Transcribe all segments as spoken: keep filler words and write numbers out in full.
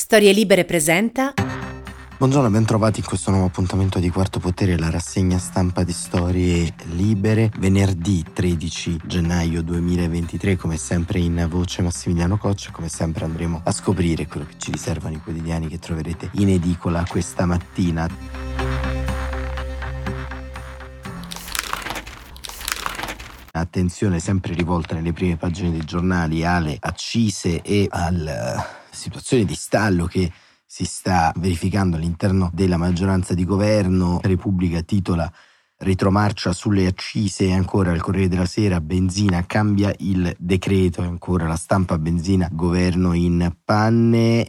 Storie Libere presenta. Buongiorno, ben trovati in questo nuovo appuntamento di Quarto Potere, la rassegna stampa di Storie Libere. Venerdì tredici gennaio duemilaventitré, come sempre in voce Massimiliano Coccia. Come sempre andremo a scoprire quello che ci riservano i quotidiani che troverete in edicola questa mattina. Attenzione sempre rivolta nelle prime pagine dei giornali alle accise e alla situazione di stallo che si sta verificando all'interno della maggioranza di governo. Repubblica titola "Retromarcia sulle accise", e ancora il Corriere della Sera "Benzina cambia il decreto", e ancora La Stampa "Benzina, governo in panne",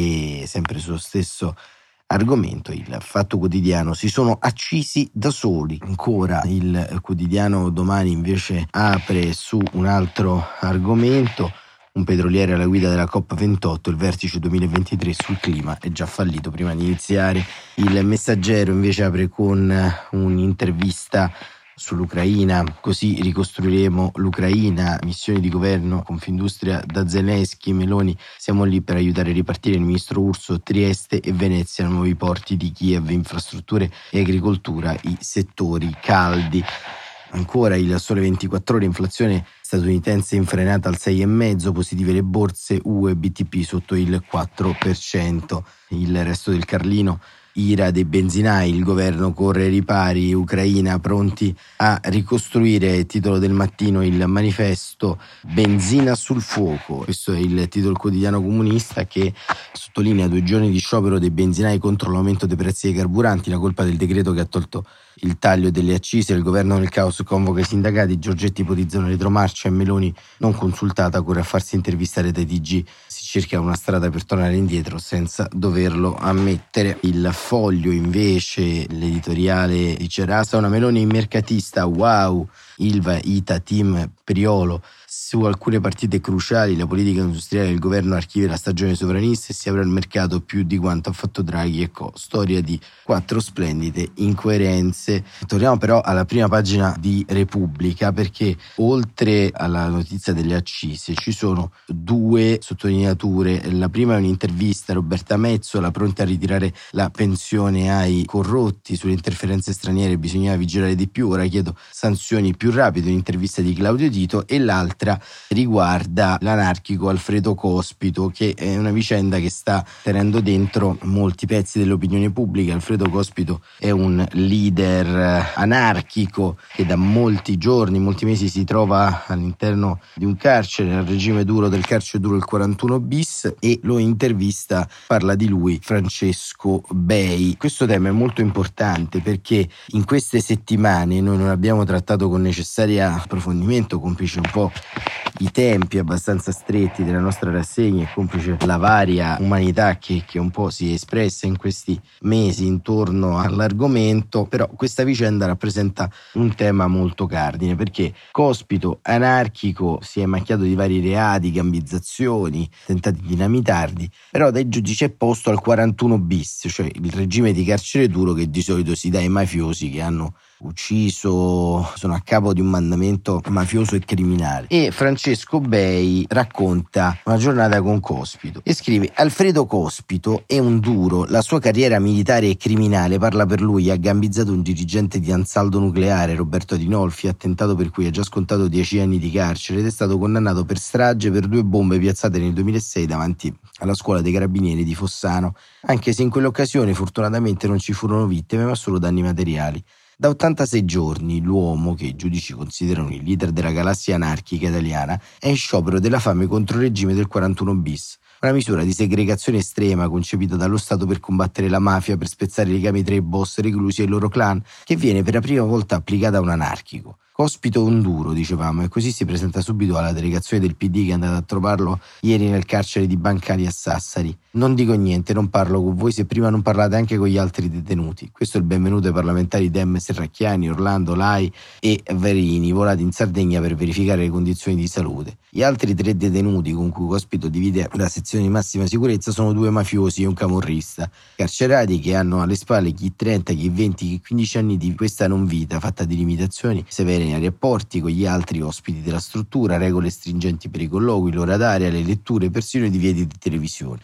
e sempre sullo stesso argomento il Fatto Quotidiano "Si sono accisi da soli". Ancora il quotidiano Domani invece apre su un altro argomento: un petroliere alla guida della COP ventotto, il vertice duemilaventitré sul clima è già fallito prima di iniziare. Il Messaggero invece apre con un'intervista sull'Ucraina: "Così ricostruiremo l'Ucraina, missione di governo, Confindustria da Zelensky, Meloni, siamo lì per aiutare a ripartire il ministro Urso, Trieste e Venezia, nuovi porti di Kiev, infrastrutture e agricoltura, i settori caldi". Ancora il Sole ventiquattro Ore: inflazione statunitense infrenata al sei virgola cinque, positive le borse, U E B T P sotto il quattro per cento. Il Resto del Carlino: ira dei benzinai, il governo corre ai ripari, Ucraina pronti a ricostruire. Titolo del mattino il Manifesto: "Benzina sul fuoco". Questo è il titolo quotidiano comunista, che sottolinea due giorni di sciopero dei benzinai contro l'aumento dei prezzi dei carburanti, la colpa del decreto che ha tolto il taglio delle accise, il governo nel caos convoca i sindacati, Giorgetti ipotizzano retromarcia e Meloni non consultata corre a farsi intervistare dai T G, si cerca una strada per tornare indietro senza doverlo ammettere. Il Foglio invece, l'editoriale dice: "Rasa una Meloni mercatista, wow, Ilva, Ita, Team, Priolo, su alcune partite cruciali la politica industriale del governo archivia la stagione sovranista e si apre al mercato più di quanto ha fatto Draghi e co. Storia di quattro splendide incoerenze". Torniamo però alla prima pagina di Repubblica, perché oltre alla notizia delle accise ci sono due sottolineature. La prima è un'intervista a Roberta Mezzola, pronta a ritirare la pensione ai corrotti, sulle interferenze straniere bisognava vigilare di più, ora chiedo sanzioni più rapide, un'intervista di Claudio Tito. E l'altra riguarda l'anarchico Alfredo Cospito, che è una vicenda che sta tenendo dentro molti pezzi dell'opinione pubblica. Alfredo Cospito è un leader anarchico che da molti giorni, molti mesi si trova all'interno di un carcere, al regime duro del carcere duro, il quarantuno bis, e lo intervista, parla di lui, Francesco Bei. Questo tema è molto importante perché in queste settimane noi non abbiamo trattato con necessario approfondimento, complice un po' i tempi abbastanza stretti della nostra rassegna e complice la varia umanità che, che un po' si è espressa in questi mesi intorno all'argomento. Però questa vicenda rappresenta un tema molto cardine, perché Cospito, anarchico, si è macchiato di vari reati, gambizzazioni, tentati dinamitardi, però dai giudici è posto al quarantuno bis, cioè il regime di carcere duro che di solito si dà ai mafiosi che hanno ucciso, sono a capo di un mandamento mafioso e criminale. E Francesco Bei racconta una giornata con Cospito e scrive: "Alfredo Cospito è un duro, la sua carriera militare e criminale parla per lui, ha gambizzato un dirigente di Ansaldo Nucleare, Roberto Adinolfi, attentato per cui ha già scontato dieci anni di carcere ed è stato condannato per strage per due bombe piazzate nel duemilasei davanti alla scuola dei carabinieri di Fossano, anche se in quell'occasione fortunatamente non ci furono vittime ma solo danni materiali. Da ottantasei giorni l'uomo, che i giudici considerano il leader della galassia anarchica italiana, è in sciopero della fame contro il regime del quarantuno bis, una misura di segregazione estrema concepita dallo Stato per combattere la mafia, per spezzare i legami tra i boss reclusi e i loro clan, che viene per la prima volta applicata a un anarchico. Cospito un duro, dicevamo, e così si presenta subito alla delegazione del P D che è andata a trovarlo ieri nel carcere di Bancali a Sassari. Non dico niente, non parlo con voi se prima non parlate anche con gli altri detenuti. Questo è il benvenuto ai parlamentari Dem, Serracchiani, Orlando, Lai e Verini, volati in Sardegna per verificare le condizioni di salute. Gli altri tre detenuti con cui Cospito divide la sezione di massima sicurezza sono due mafiosi e un camorrista, carcerati che hanno alle spalle chi trenta, chi venti, chi quindici anni di questa non vita, fatta di limitazioni severe nei rapporti con gli altri ospiti della struttura, regole stringenti per i colloqui, l'ora d'aria, le letture, persino i divieti di televisione.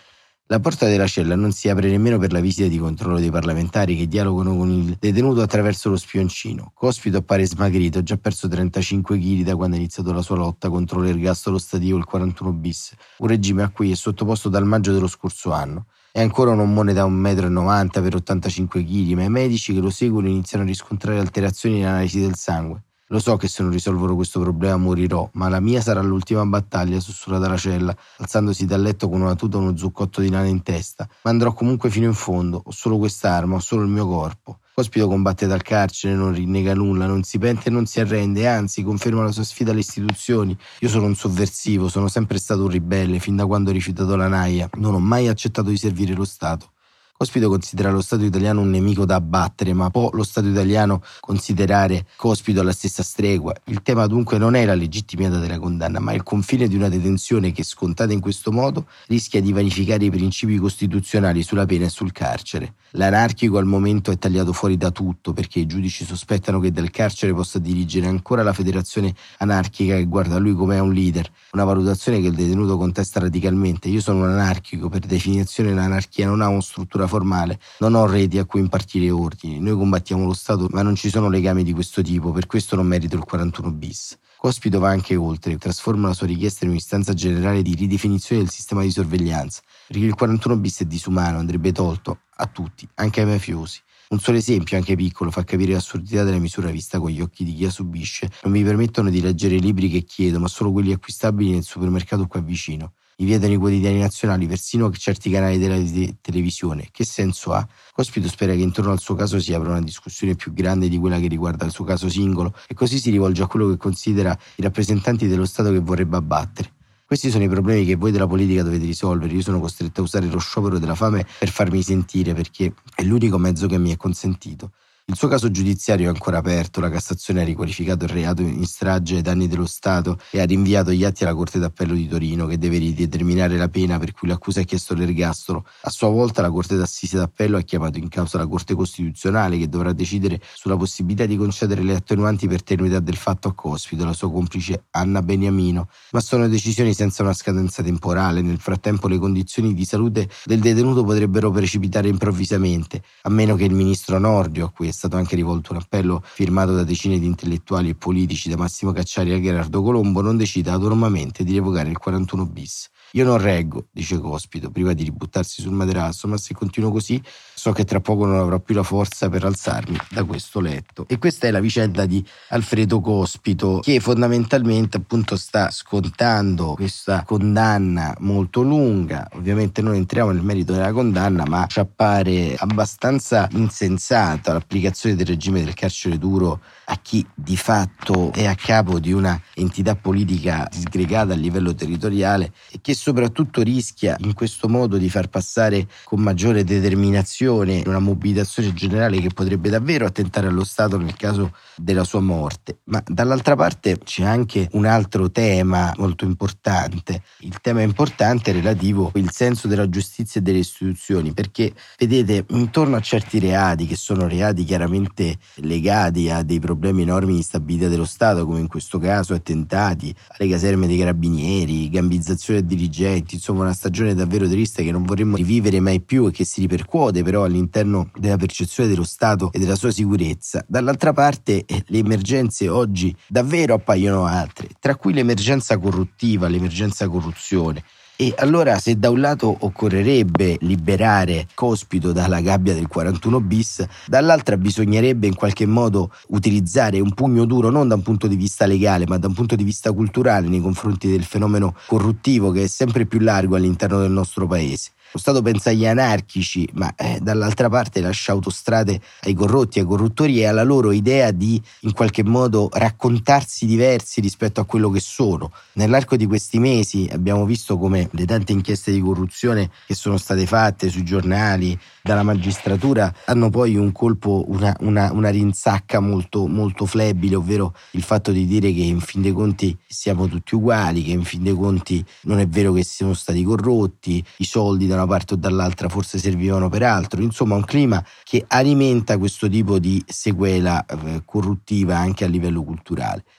La porta della cella non si apre nemmeno per la visita di controllo dei parlamentari che dialogano con il detenuto attraverso lo spioncino. Cospito appare smagrito, ha già perso trentacinque chili da quando ha iniziato la sua lotta contro l'ergastolo stativo il quarantuno bis, un regime a cui è sottoposto dal maggio dello scorso anno. È ancora un ommone da un metro e novanta per ottantacinque chili, ma i medici che lo seguono iniziano a riscontrare alterazioni in analisi del sangue. Lo so che se non risolverò questo problema morirò, ma la mia sarà l'ultima battaglia, sussurra dalla cella, alzandosi dal letto con una tuta e uno zuccotto di lana in testa. Ma andrò comunque fino in fondo, ho solo quest'arma, ho solo il mio corpo. Cospito combatte dal carcere, non rinnega nulla, non si pente e non si arrende, anzi conferma la sua sfida alle istituzioni. Io sono un sovversivo, sono sempre stato un ribelle, fin da quando ho rifiutato la naia, non ho mai accettato di servire lo Stato. Cospito considera lo Stato italiano un nemico da abbattere, ma può lo Stato italiano considerare Cospito alla stessa stregua? Il tema dunque non è la legittimità della condanna, ma il confine di una detenzione che, scontata in questo modo, rischia di vanificare i principi costituzionali sulla pena e sul carcere. L'anarchico al momento è tagliato fuori da tutto perché i giudici sospettano che dal carcere possa dirigere ancora la federazione anarchica che guarda lui come un leader, una valutazione che il detenuto contesta radicalmente. Io sono un anarchico, per definizione l'anarchia non ha una struttura formale, non ho reti a cui impartire ordini, noi combattiamo lo Stato ma non ci sono legami di questo tipo, per questo non merito il quarantuno bis. Cospito va anche oltre, trasforma la sua richiesta in un'istanza generale di ridefinizione del sistema di sorveglianza, perché il quarantuno bis è disumano, andrebbe tolto a tutti, anche ai mafiosi. Un solo esempio, anche piccolo, fa capire l'assurdità della misura vista con gli occhi di chi la subisce. Non mi permettono di leggere i libri che chiedo, ma solo quelli acquistabili nel supermercato qua vicino. Mi vietano i quotidiani nazionali, persino certi canali della televisione. Che senso ha? Cospito spera che intorno al suo caso si apra una discussione più grande di quella che riguarda il suo caso singolo e così si rivolge a quello che considera i rappresentanti dello Stato che vorrebbe abbattere. Questi sono i problemi che voi della politica dovete risolvere. Io sono costretto a usare lo sciopero della fame per farmi sentire, perché è l'unico mezzo che mi è consentito. Il suo caso giudiziario è ancora aperto, la Cassazione ha riqualificato il reato in strage ai danni dello Stato e ha rinviato gli atti alla Corte d'Appello di Torino, che deve rideterminare la pena per cui l'accusa ha chiesto l'ergastolo. A sua volta la Corte d'Assise d'Appello ha chiamato in causa la Corte Costituzionale, che dovrà decidere sulla possibilità di concedere le attenuanti per tenuità del fatto a Cospito, la sua complice Anna Beniamino, ma sono decisioni senza una scadenza temporale. Nel frattempo le condizioni di salute del detenuto potrebbero precipitare improvvisamente, a meno che il ministro Nordio, a cui è stato anche rivolto un appello firmato da decine di intellettuali e politici, da Massimo Cacciari a Gerardo Colombo, non decida autonomamente di revocare il quarantuno bis. Io non reggo, dice Cospito, prima di ributtarsi sul materasso, ma se continuo così so che tra poco non avrò più la forza per alzarmi da questo letto. E questa è la vicenda di Alfredo Cospito, che fondamentalmente appunto sta scontando questa condanna molto lunga. Ovviamente non entriamo nel merito della condanna, ma ci appare abbastanza insensata l'applicazione del regime del carcere duro a chi di fatto è a capo di una entità politica disgregata a livello territoriale e che soprattutto rischia in questo modo di far passare con maggiore determinazione una mobilitazione generale che potrebbe davvero attentare allo Stato nel caso della sua morte. Ma dall'altra parte c'è anche un altro tema molto importante. Il tema importante è relativo al senso della giustizia e delle istituzioni, perché vedete, intorno a certi reati che sono reati chiaramente legati a dei problemi enormi di stabilità dello Stato, come in questo caso attentati alle caserme dei carabinieri, gambizzazione dei dirigenti, insomma una stagione davvero triste che non vorremmo rivivere mai più e che si ripercuote però all'interno della percezione dello Stato e della sua sicurezza. Dall'altra parte eh, le emergenze oggi davvero appaiono altre, tra cui l'emergenza corruttiva, l'emergenza corruzione. E allora se da un lato occorrerebbe liberare Cospito dalla gabbia del quarantuno bis, dall'altra bisognerebbe in qualche modo utilizzare un pugno duro non da un punto di vista legale ma da un punto di vista culturale nei confronti del fenomeno corruttivo che è sempre più largo all'interno del nostro paese. Lo Stato pensa agli anarchici, ma eh, dall'altra parte lascia autostrade ai corrotti, ai corruttori e alla loro idea di in qualche modo raccontarsi diversi rispetto a quello che sono. Nell'arco di questi mesi abbiamo visto come le tante inchieste di corruzione che sono state fatte sui giornali, dalla magistratura, hanno poi un colpo, una, una, una rinsacca molto, molto flebile, ovvero il fatto di dire che in fin dei conti siamo tutti uguali, che in fin dei conti non è vero che siamo stati corrotti, i soldi da una parte o dall'altra forse servivano per altro, insomma un clima che alimenta questo tipo di sequela eh, corruttiva anche a livello culturale.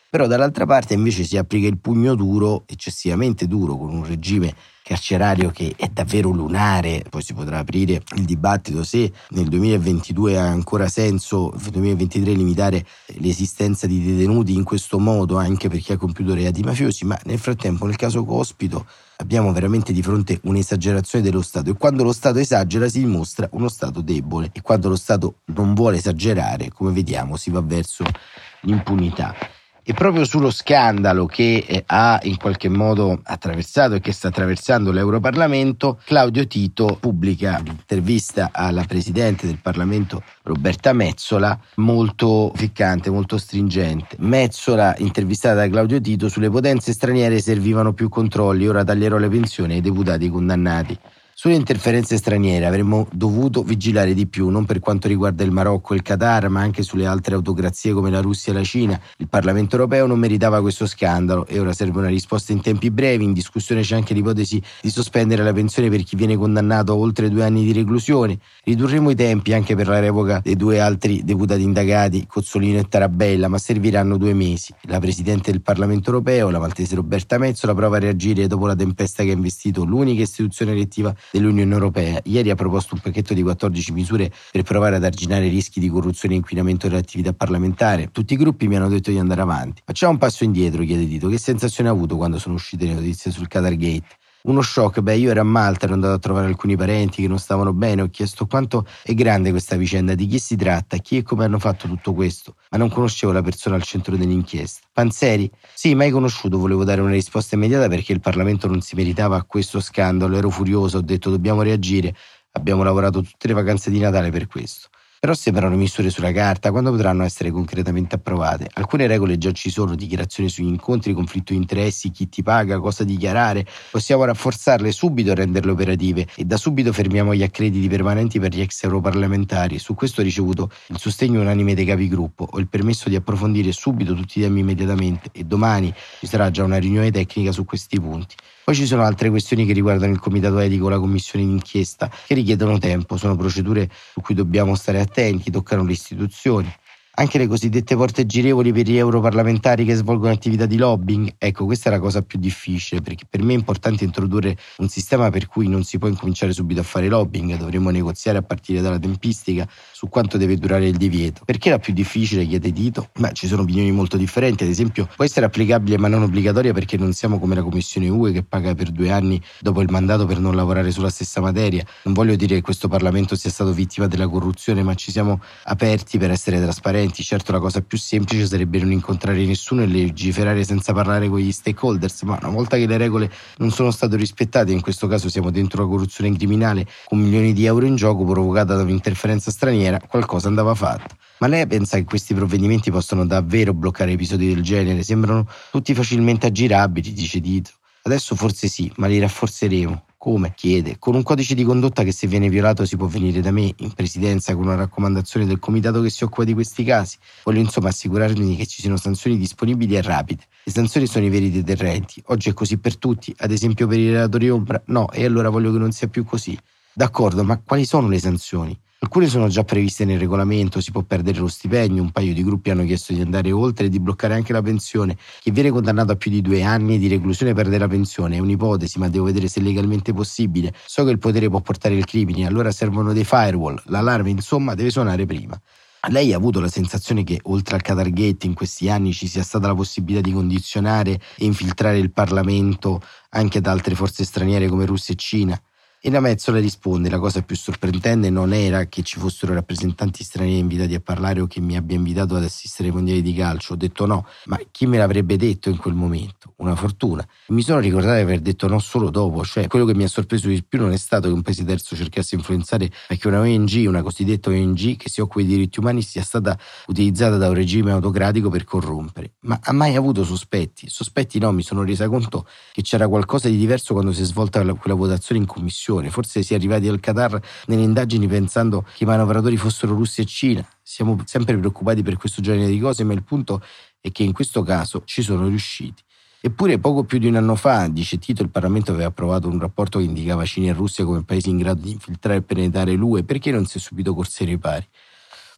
Però dall'altra parte invece si applica il pugno duro, eccessivamente duro, con un regime carcerario che è davvero lunare. Poi si potrà aprire il dibattito se nel duemilaventidue ha ancora senso, nel duemilaventitré, limitare l'esistenza di detenuti in questo modo anche per chi ha compiuto reati mafiosi, ma nel frattempo nel caso Cospito abbiamo veramente di fronte un'esagerazione dello Stato, e quando lo Stato esagera si dimostra uno Stato debole, e quando lo Stato non vuole esagerare, come vediamo, si va verso l'impunità. E proprio sullo scandalo che eh, ha in qualche modo attraversato e che sta attraversando l'Europarlamento, Claudio Tito pubblica un'intervista alla Presidente del Parlamento Roberta Metsola, molto ficcante, molto stringente. Metsola, intervistata da Claudio Tito: sulle potenze straniere servivano più controlli, ora taglierò le pensioni ai deputati condannati. Sulle interferenze straniere avremmo dovuto vigilare di più, non per quanto riguarda il Marocco e il Qatar, ma anche sulle altre autocrazie come la Russia e la Cina. Il Parlamento europeo non meritava questo scandalo e ora serve una risposta in tempi brevi. In discussione c'è anche l'ipotesi di sospendere la pensione per chi viene condannato a oltre due anni di reclusione. Ridurremo i tempi anche per la revoca dei due altri deputati indagati, Cozzolino e Tarabella, ma serviranno due mesi. La Presidente del Parlamento europeo, la maltese Roberta Metsola, prova a reagire dopo la tempesta che ha investito l'unica istituzione elettiva dell'Unione Europea. Ieri ha proposto un pacchetto di quattordici misure per provare ad arginare i rischi di corruzione e inquinamento dell'attività parlamentare. Tutti i gruppi mi hanno detto di andare avanti. Facciamo un passo indietro, chiede Tito. Che sensazione ha avuto quando sono uscite le notizie sul Qatargate? Uno shock. Beh, io ero a Malta, ero andato a trovare alcuni parenti che non stavano bene, ho chiesto quanto è grande questa vicenda, di chi si tratta, chi e come hanno fatto tutto questo, ma non conoscevo la persona al centro dell'inchiesta. Panzeri? Sì, mai conosciuto, volevo dare una risposta immediata perché il Parlamento non si meritava a questo scandalo, ero furioso, ho detto dobbiamo reagire, abbiamo lavorato tutte le vacanze di Natale per questo. Però sembrano misure sulla carta, quando potranno essere concretamente approvate? Alcune regole già ci sono: dichiarazioni sugli incontri, conflitto di interessi, chi ti paga, cosa dichiarare. Possiamo rafforzarle subito e renderle operative, e da subito fermiamo gli accrediti permanenti per gli ex europarlamentari. Su questo ho ricevuto il sostegno unanime dei capigruppo, ho il permesso di approfondire subito tutti i temi immediatamente e domani ci sarà già una riunione tecnica su questi punti. Poi ci sono altre questioni che riguardano il comitato etico o la commissione d'inchiesta, che richiedono tempo, sono procedure su cui dobbiamo stare attenti, toccano le istituzioni. Anche le cosiddette porte girevoli per gli europarlamentari che svolgono attività di lobbying, ecco, questa è la cosa più difficile, perché per me è importante introdurre un sistema per cui non si può incominciare subito a fare lobbying, dovremmo negoziare a partire dalla tempistica su quanto deve durare il divieto. Perché la più difficile, chiede Tito? Ma ci sono opinioni molto differenti, ad esempio può essere applicabile ma non obbligatoria perché non siamo come la Commissione U E che paga per due anni dopo il mandato per non lavorare sulla stessa materia. Non voglio dire che questo Parlamento sia stato vittima della corruzione, ma ci siamo aperti per essere trasparenti. Certo, la cosa più semplice sarebbe non incontrare nessuno e legiferare senza parlare con gli stakeholders, ma una volta che le regole non sono state rispettate, in questo caso siamo dentro la corruzione criminale con milioni di euro in gioco provocata da un'interferenza straniera, qualcosa andava fatto. Ma lei pensa che questi provvedimenti possono davvero bloccare episodi del genere? Sembrano tutti facilmente aggirabili, dice Tito. Adesso forse sì, ma li rafforzeremo. Come? Chiede. Con un codice di condotta che se viene violato si può venire da me in presidenza con una raccomandazione del comitato che si occupa di questi casi. Voglio insomma assicurarmi che ci siano sanzioni disponibili e rapide. Le sanzioni sono i veri deterrenti. Oggi è così per tutti, ad esempio per i relatori ombra? No, e allora voglio che non sia più così. D'accordo, ma quali sono le sanzioni? Alcune sono già previste nel regolamento, si può perdere lo stipendio, un paio di gruppi hanno chiesto di andare oltre e di bloccare anche la pensione. Chi viene condannato a più di due anni di reclusione perde la pensione, è un'ipotesi, ma devo vedere se è legalmente possibile. So che il potere può portare il crimine, allora servono dei firewall, l'allarme insomma deve suonare prima. Lei ha avuto la sensazione che oltre al Qatargate in questi anni ci sia stata la possibilità di condizionare e infiltrare il Parlamento anche da altre forze straniere come Russia e Cina? E la Metsola risponde: la cosa più sorprendente non era che ci fossero rappresentanti stranieri invitati a parlare o che mi abbia invitato ad assistere ai mondiali di calcio. Ho detto no, ma chi me l'avrebbe detto in quel momento? Una fortuna. Mi sono ricordato di aver detto no solo dopo, cioè quello che mi ha sorpreso di più non è stato che un paese terzo cercasse di influenzare perché una O N G, una cosiddetta O N G che si occupa di diritti umani, sia stata utilizzata da un regime autocratico per corrompere. Ma ha mai avuto sospetti? Sospetti no, mi sono resa conto che c'era qualcosa di diverso quando si è svolta quella votazione in commissione. Forse si è arrivati al Qatar nelle indagini pensando che i manovratori fossero Russia e Cina. Siamo sempre preoccupati per questo genere di cose, ma il punto è che in questo caso ci sono riusciti. Eppure poco più di un anno fa, dice Tito, il Parlamento aveva approvato un rapporto che indicava Cina e Russia come paesi in grado di infiltrare e penetrare l'U E. Perché non si è subito corso ai ripari?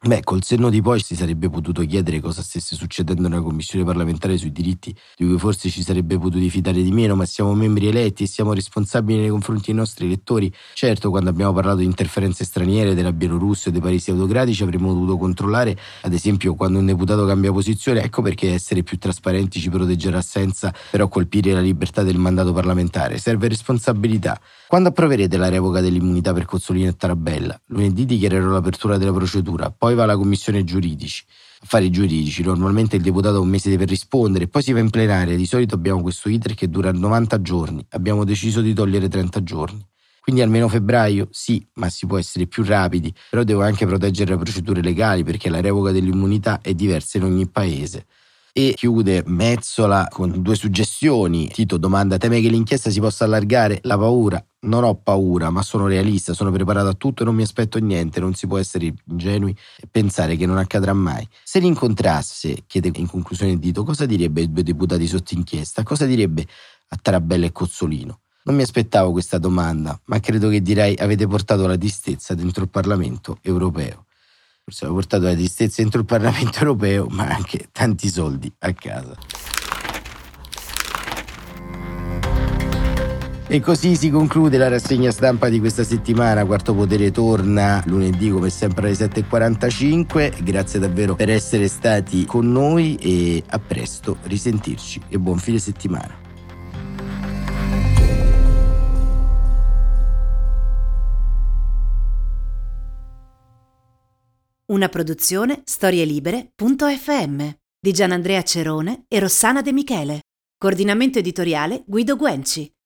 Beh, col senno di poi si sarebbe potuto chiedere cosa stesse succedendo nella commissione parlamentare sui diritti, di cui forse ci sarebbe potuti fidare di meno, ma siamo membri eletti e siamo responsabili nei confronti dei nostri elettori. Certo, quando abbiamo parlato di interferenze straniere, della Bielorussia o dei paesi autocratici, avremmo dovuto controllare, ad esempio, quando un deputato cambia posizione. Ecco perché essere più trasparenti ci proteggerà senza però colpire la libertà del mandato parlamentare. Serve responsabilità. Quando approverete la revoca dell'immunità per Cozzolino e Tarabella? Lunedì dichiarerò l'apertura della procedura, poi va alla commissione giuridici, affari giuridici. Normalmente il deputato ha un mese per rispondere, poi si va in plenaria. Di solito abbiamo questo iter che dura novanta giorni. Abbiamo deciso di togliere trenta giorni. Quindi almeno febbraio? Sì, ma si può essere più rapidi, però devo anche proteggere le procedure legali perché la revoca dell'immunità è diversa in ogni paese. E chiude Mezzola con due suggestioni. Tito domanda: teme che l'inchiesta si possa allargare? La paura? Non ho paura, ma sono realista, sono preparato a tutto e non mi aspetto niente. Non si può essere ingenui e pensare che non accadrà mai. Se li incontrasse, chiede in conclusione Tito, cosa direbbe ai due deputati sotto inchiesta? Cosa direbbe a Tarabella e Cozzolino? Non mi aspettavo questa domanda, ma credo che direi: avete portato la tristezza dentro il Parlamento europeo. Forse aveva portato la tristezza dentro il Parlamento europeo, ma anche tanti soldi a casa. E così si conclude la rassegna stampa di questa settimana. Quarto Potere torna lunedì come sempre alle sette e quarantacinque. Grazie davvero per essere stati con noi e a presto, risentirci e buon fine settimana. Una produzione storielibere punto effe emme di Gianandrea Cerone e Rossana De Michele. Coordinamento editoriale Guido Guenci.